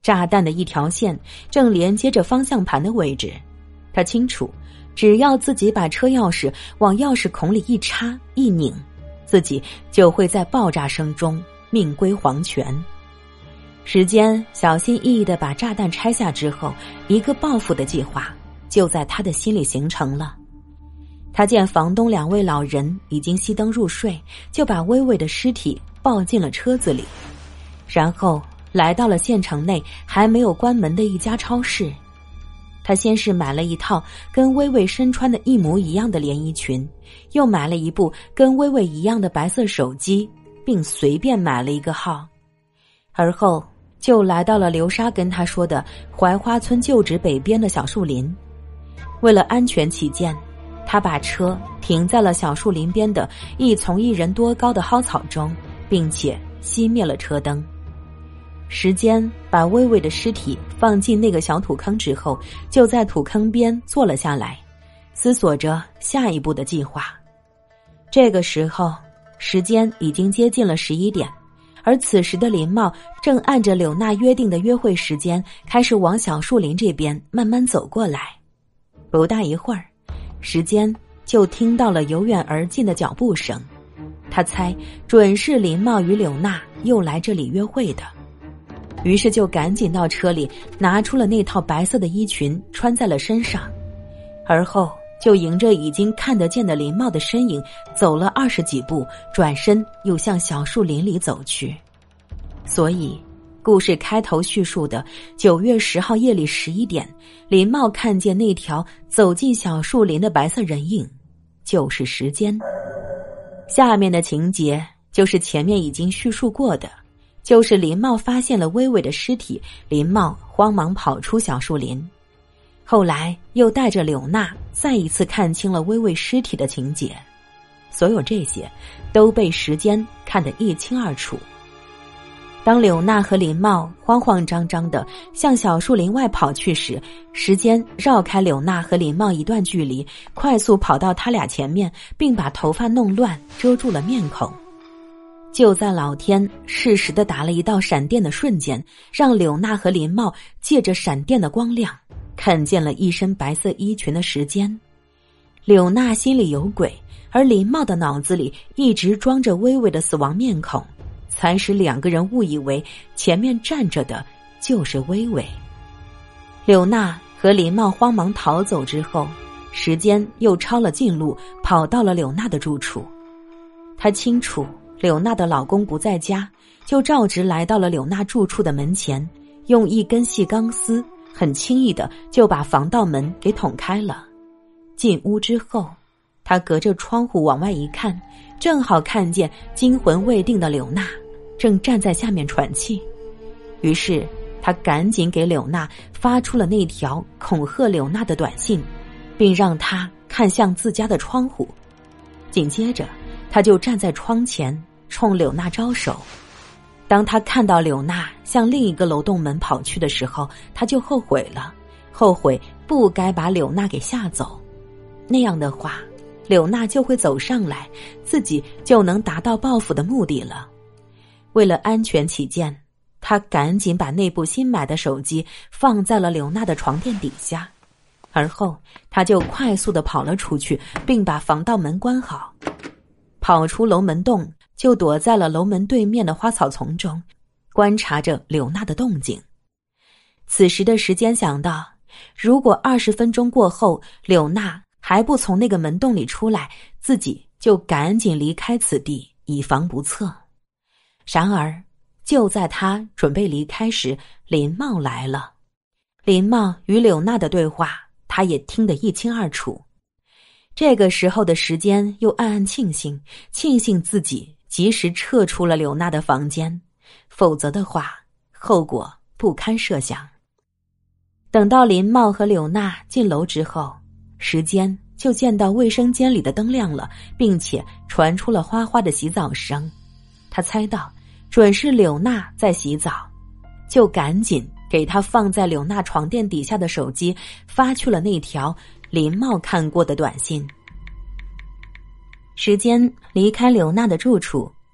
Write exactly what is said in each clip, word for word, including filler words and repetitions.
炸弹的一条线正连接着方向盘的位置。他清楚，只要自己把车钥匙往钥匙孔里一插一拧，自己就会在爆炸声中命归黄泉。时间小心翼翼地把炸弹拆下之后，一个报复的计划就在他的心里形成了。他见房东两位老人已经熄灯入睡，就把微微的尸体抱进了车子里，然后来到了县城内还没有关门的一家超市。他先是买了一套跟微微身穿的一模一样的连衣裙，又买了一部跟微微一样的白色手机，并随便买了一个号。而后就来到了流沙跟他说的槐花村旧址北边的小树林。为了安全起见，他把车停在了小树林边的一丛一人多高的蒿草中，并且熄灭了车灯。时间把微微的尸体放进那个小土坑之后，就在土坑边坐了下来，思索着下一步的计划。这个时候，时间已经接近了十一点，而此时的林茂正按着柳娜约定的约会时间，开始往小树林这边慢慢走过来。不大一会儿，时间就听到了由远而近的脚步声，他猜准是林茂与柳娜又来这里约会的，于是就赶紧到车里拿出了那套白色的衣裙穿在了身上，而后就迎着已经看得见的林茂的身影走了二十几步，转身又向小树林里走去。所以故事开头叙述的九月十号夜里十一点，林茂看见那条走进小树林的白色人影，就是时间。下面的情节就是前面已经叙述过的，就是林茂发现了微微的尸体，林茂慌忙跑出小树林，后来又带着柳娜再一次看清了微微尸体的情节。所有这些都被时间看得一清二楚。当柳娜和林茂慌慌张张地向小树林外跑去时，时间绕开柳娜和林茂一段距离，快速跑到他俩前面，并把头发弄乱遮住了面孔。就在老天适时地打了一道闪电的瞬间，让柳娜和林茂借着闪电的光亮看见了一身白色衣裙的时间。柳娜心里有鬼，而林茂的脑子里一直装着微微的死亡面孔，才使两个人误以为前面站着的就是微微。柳娜和林茂慌忙逃走之后，时间又抄了近路跑到了柳娜的住处。她清楚柳娜的老公不在家，就照直来到了柳娜住处的门前，用一根细钢丝很轻易的就把防盗门给捅开了。进屋之后，他隔着窗户往外一看，正好看见惊魂未定的柳娜正站在下面喘气。于是他赶紧给柳娜发出了那条恐吓柳娜的短信，并让她看向自家的窗户。紧接着他就站在窗前冲柳娜招手。当他看到柳娜向另一个楼栋门跑去的时候，他就后悔了，后悔不该把柳娜给吓走。那样的话，柳娜就会走上来，自己就能达到报复的目的了。为了安全起见，他赶紧把那部新买的手机放在了柳娜的床垫底下，而后他就快速地跑了出去，并把防盗门关好。跑出楼门洞，就躲在了楼门对面的花草丛中，观察着柳娜的动静。此时的时间想到，如果二十分钟过后柳娜还不从那个门洞里出来，自己就赶紧离开此地，以防不测。然而就在他准备离开时，林茂来了。林茂与柳娜的对话他也听得一清二楚。这个时候的时间又暗暗庆幸，庆幸自己及时撤出了柳娜的房间，否则的话后果不堪设想。等到林茂和柳娜进楼之后，时间就见到卫生间里的灯亮了，并且传出了哗哗的洗澡声。他猜到准是柳娜在洗澡，就赶紧给她放在柳娜床垫底下的手机发去了那条林茂看过的短信。时间离开柳娜的住处，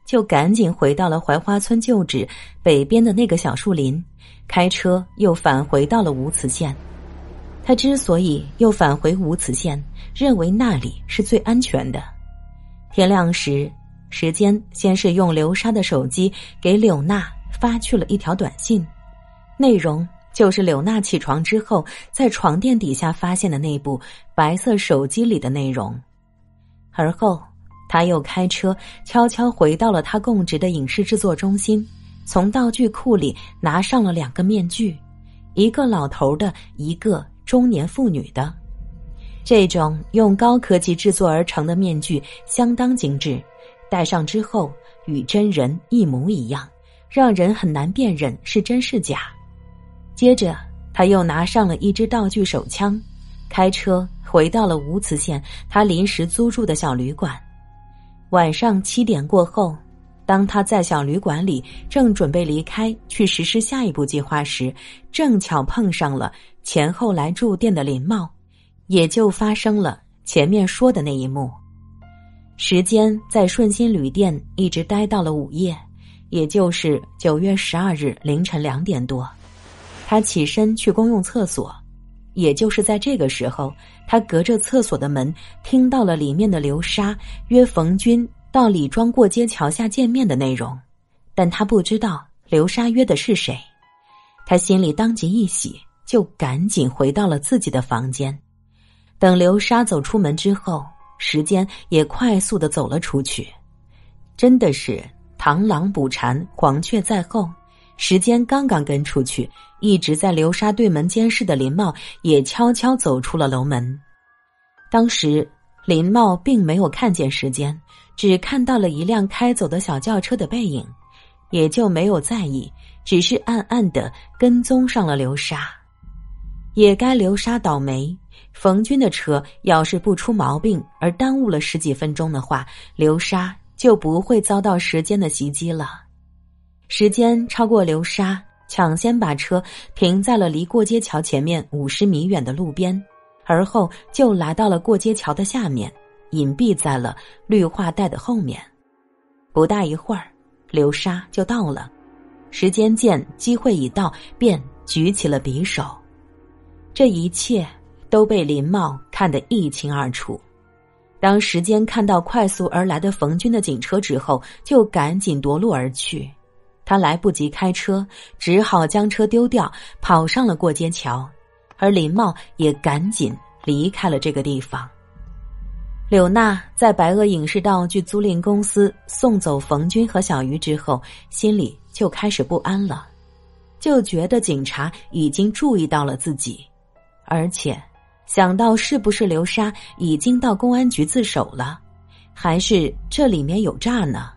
就赶紧回到了槐花村旧址北边的那个小树林，开车又返回到了无磁县。他之所以又返回无磁县，认为那里是最安全的。天亮时，时间先是用刘莎的手机给柳娜发去了一条短信，内容就是柳娜起床之后在床垫底下发现的那部白色手机里的内容。而后他又开车悄悄回到了他供职的影视制作中心，从道具库里拿上了两个面具，一个老头的，一个中年妇女的。这种用高科技制作而成的面具相当精致，戴上之后与真人一模一样，让人很难辨认是真是假。接着他又拿上了一支道具手枪，开车回到了无磁县他临时租住的小旅馆。晚上七点过后，当他在小旅馆里正准备离开去实施下一步计划时，正巧碰上了前后来住店的林茂，也就发生了前面说的那一幕。时间在顺心旅店一直待到了午夜，也就是九月十二日凌晨两点多。他起身去公用厕所，也就是在这个时候，他隔着厕所的门听到了里面的刘莎约冯军到李庄过街桥下见面的内容，但他不知道刘莎约的是谁。他心里当即一喜，就赶紧回到了自己的房间。等刘莎走出门之后，时间也快速地走了出去。真的是螳螂捕蝉，黄雀在后。时间刚刚跟出去，一直在刘莎对门监视的林茂也悄悄走出了楼门。当时林茂并没有看见时间，只看到了一辆开走的小轿车的背影，也就没有在意，只是暗暗地跟踪上了刘莎。也该刘莎倒霉，冯军的车要是不出毛病而耽误了十几分钟的话，刘莎就不会遭到时间的袭击了。时间超过刘莎，抢先把车停在了离过街桥前面五十米远的路边，而后就来到了过街桥的下面，隐蔽在了绿化带的后面。不大一会儿，刘莎就到了。时间见机会已到，便举起了匕首。这一切都被林茂看得一清二楚。当时间看到快速而来的冯军的警车之后，就赶紧夺路而去。他来不及开车，只好将车丢掉，跑上了过街桥，而林茂也赶紧离开了这个地方。柳娜在白鹅影视道具租赁公司送走冯军和小鱼之后，心里就开始不安了，就觉得警察已经注意到了自己，而且想到是不是刘莎已经到公安局自首了，还是这里面有诈呢？